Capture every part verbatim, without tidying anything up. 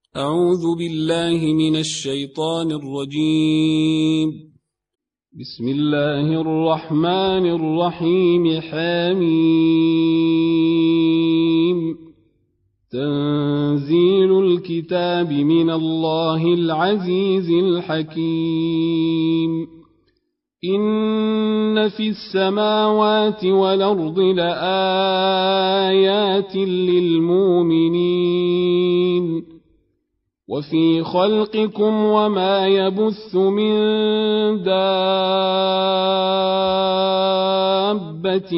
أعوذ بالله من الشيطان الرجيم. بسم الله الرحمن الرحيم. حميم. تنزيل الكتاب من الله العزيز الحكيم. إن في السماوات والأرض لآيات للمؤمنين وفي خلقكم وما يبث من دابة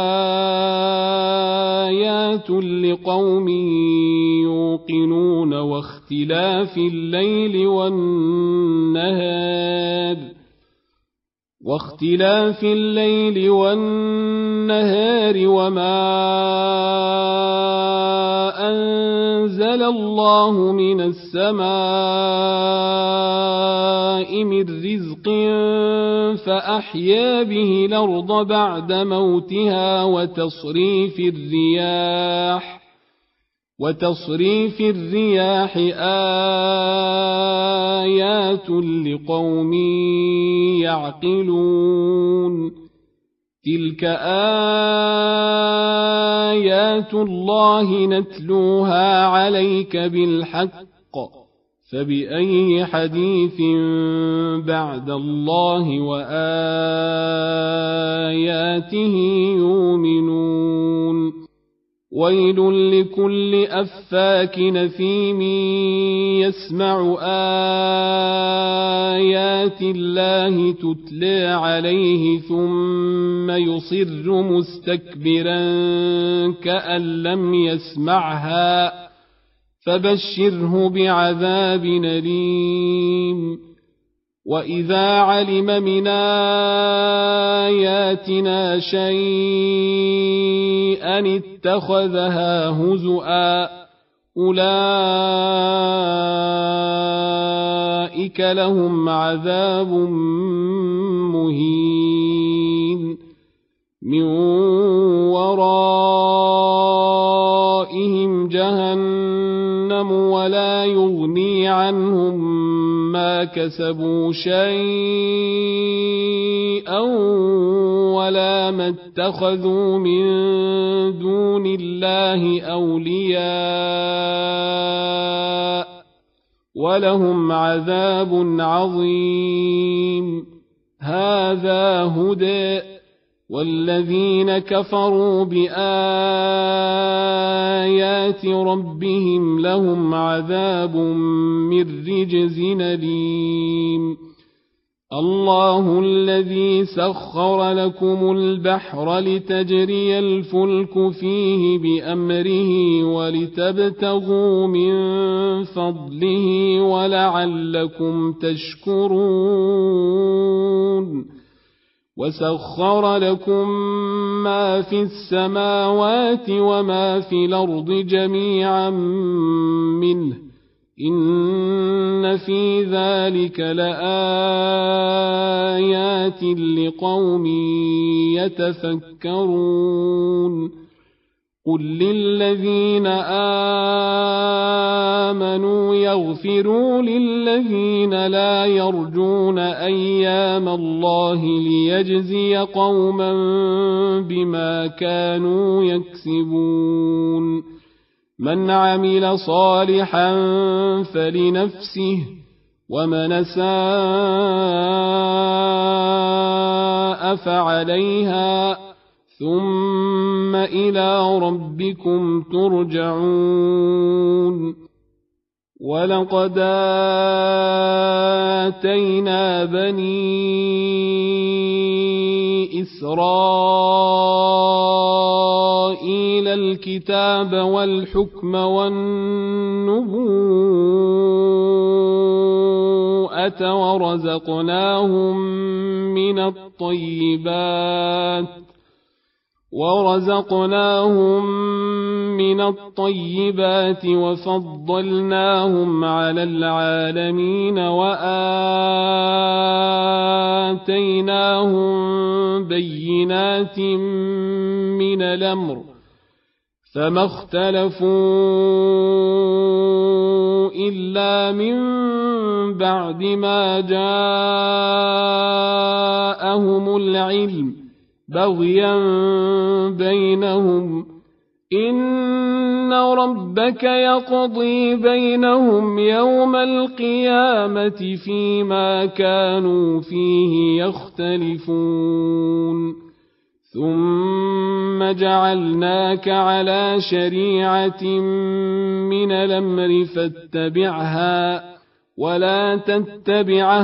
آيات لقوم يوقنون واختلاف الليل والنهار واختلاف الليل والنهار وما أنزل الله من السماء من رزق فأحيا به الأرض بعد موتها وتصريف الرياح وتصريف الرياح آيات لقوم يعقلون. تلك آيات الله نتلوها عليك بالحق فبأي حديث بعد الله وآياته يؤمنون. ويل لكل أفاك نثيم يسمع آيات الله تتلى عليه ثم يصر مستكبرا كأن لم يسمعها فبشره بعذاب أليم. وإذا علم من آياتنا شيئا اتخذها هزؤا أولئك لهم عذاب مهين من ورائهم جهنم ولا يغني عنهم ما كسبوا شيئا ولا ما اتخذوا من دون الله أولياء ولهم عذاب عظيم. هذا هدى والذين كفروا بآيات ربهم لهم عذاب من رجز أليم. الله الذي سخر لكم البحر لتجري الفلك فيه بأمره ولتبتغوا من فضله ولعلكم تشكرون. وسخر لكم ما في السماوات وما في الأرض جميعا منه إن في ذلك لآيات لقوم يتفكرون. قل للذين آمنوا يغفروا للذين لا يرجون أيام الله ليجزي قوما بما كانوا يكسبون. من عمل صالحا فلنفسه ومن أساء فعليها ثم إلى ربكم ترجعون. ولقد آتينا بني إسرائيل الكتاب والحكم والنبوءة ورزقناهم من الطيبات ورزقناهم من الطيبات وفضلناهم على العالمين وآتيناهم بينات من الأمر فما اختلفوا إلا من بعد ما جاءهم العلم بغيا بينهم إن ربك يقضي بينهم يوم القيامة فيما كانوا فيه يختلفون ثم جعلناك على شريعة من الأمر فاتبعها ولا تتبع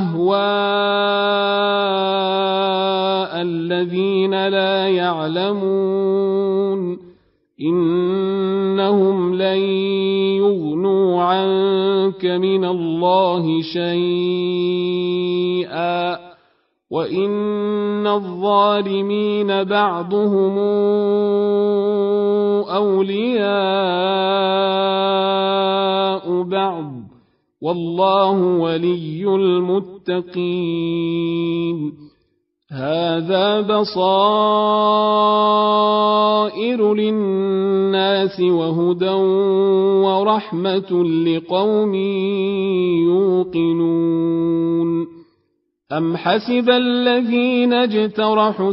أهواء الذين لا يعلمون إنهم لن يغنوا عنك من الله شيئا وإن الظالمين بعضهم أولياء بعض والله ولي المتقين هذا بصائر للناس وهدى ورحمة لقوم يوقنون أم حسب الذين اجترحوا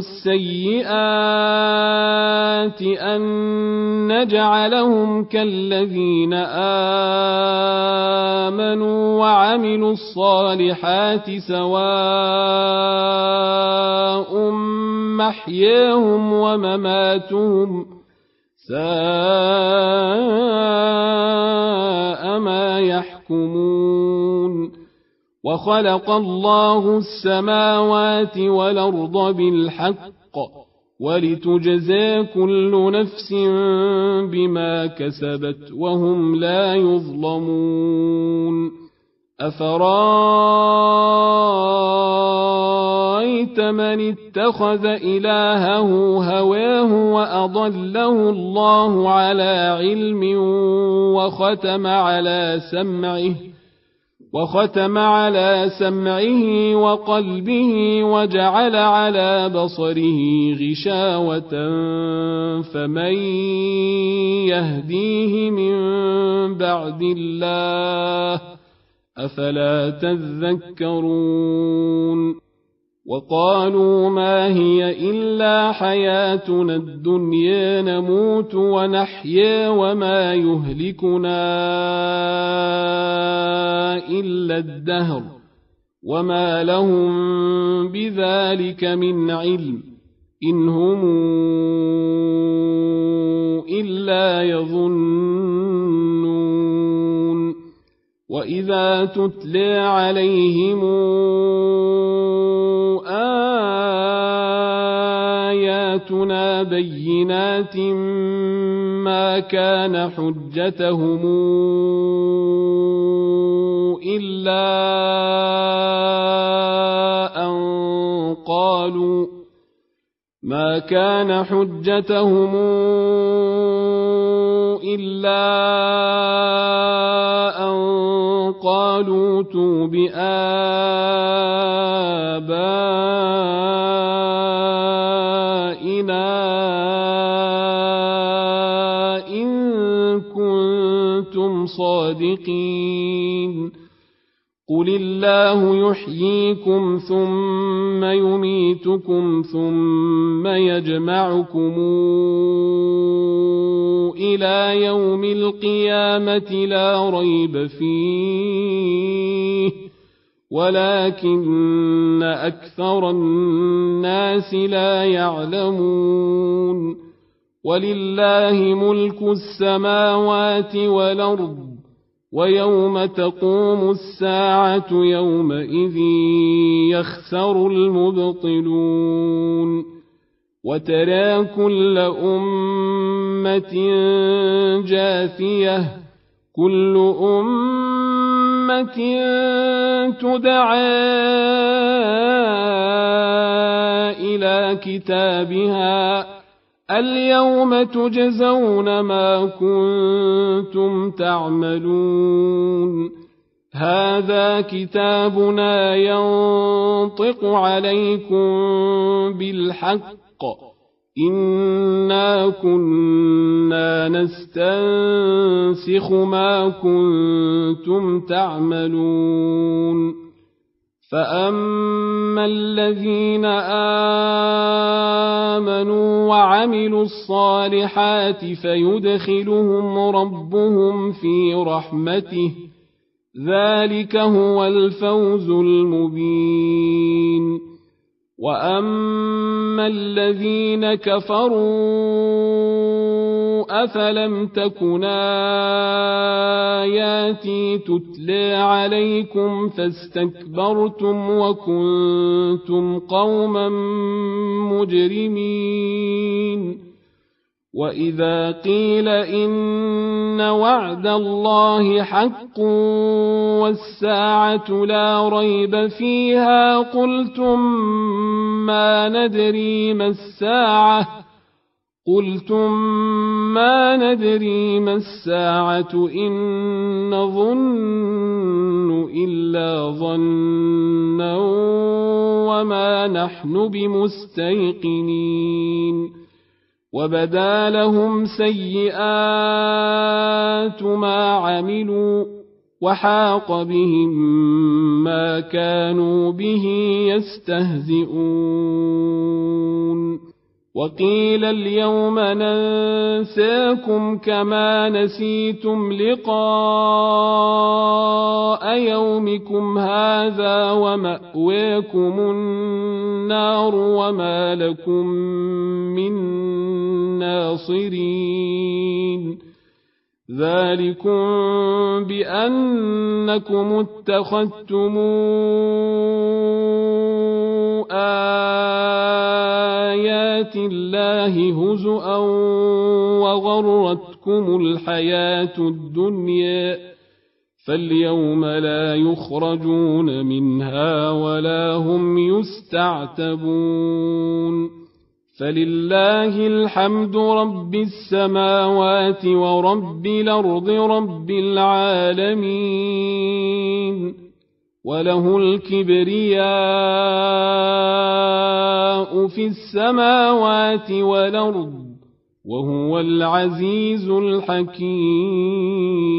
السيئات أن نجعلهم كالذين آمنوا وعملوا الصالحات سواء محياهم ومماتهم ساء ما يحكمون وخلق الله السماوات والأرض بالحق ولتجزى كل نفس بما كسبت وهم لا يظلمون أفرأيت من اتخذ إلهه هواه وأضله الله على علم وختم على سمعه وختم على سمعه وقلبه وجعل على بصره غشاوة فمن يهديه من بعد الله أفلا تذكرون وقالوا ما هي إلا حياتنا الدنيا نموت ونحيا وما يهلكنا إلا الدهر وما لهم بذلك من علم إن هم إلا يظنون وإذا تتلى عليهم آياتنا بينات ما كان حجتهم إلا أن قالوا ما كان حجتهم إلا أن قالوا ائتوا بآبائنا إن كنتم صادقين قل الله يحييكم ثم يميتكم ثم يجمعكم إلى يوم القيامة لا ريب فيه ولكن أكثر الناس لا يعلمون ولله ملك السماوات والأرض ويوم تقوم الساعة يومئذ يخسر المبطلون وترى كل أمة جاثية كل أمة تدعى إلى كتابها اليوم تجزون ما كنتم تعملون هذا كتابنا ينطق عليكم بالحق إنا كنا نستنسخ ما كنتم تعملون فأما الذين آمنوا وعملوا الصالحات فيدخلهم ربهم في رحمته ذلك هو الفوز المبين وأما الذين كفروا أفلم تكن آياتي تتلى عليكم فاستكبرتم وكنتم قوما مجرمين وإذا قيل إن وعد الله حق والساعة لا ريب فيها قلتم ما ندري ما الساعة قلتم ما ندري ما الساعة إن نظن إلا ظنا وما نحن بمستيقنين وبدا لهم سيئات ما عملوا وحاق بهم ما كانوا به يستهزئون وقيل اليوم ننساكم كما نسيتم لقاء يومكم هذا ومأواكم النار وما لكم من ناصرين ذلكم بأنكم اتخذتم آيات الله هزؤا وغرتكم الحياة الدنيا فاليوم لا يخرجون منها ولا هم يستعتبون فلله الحمد رب السماوات ورب الأرض رب العالمين وله الكبرياء في السماوات والأرض وهو العزيز الحكيم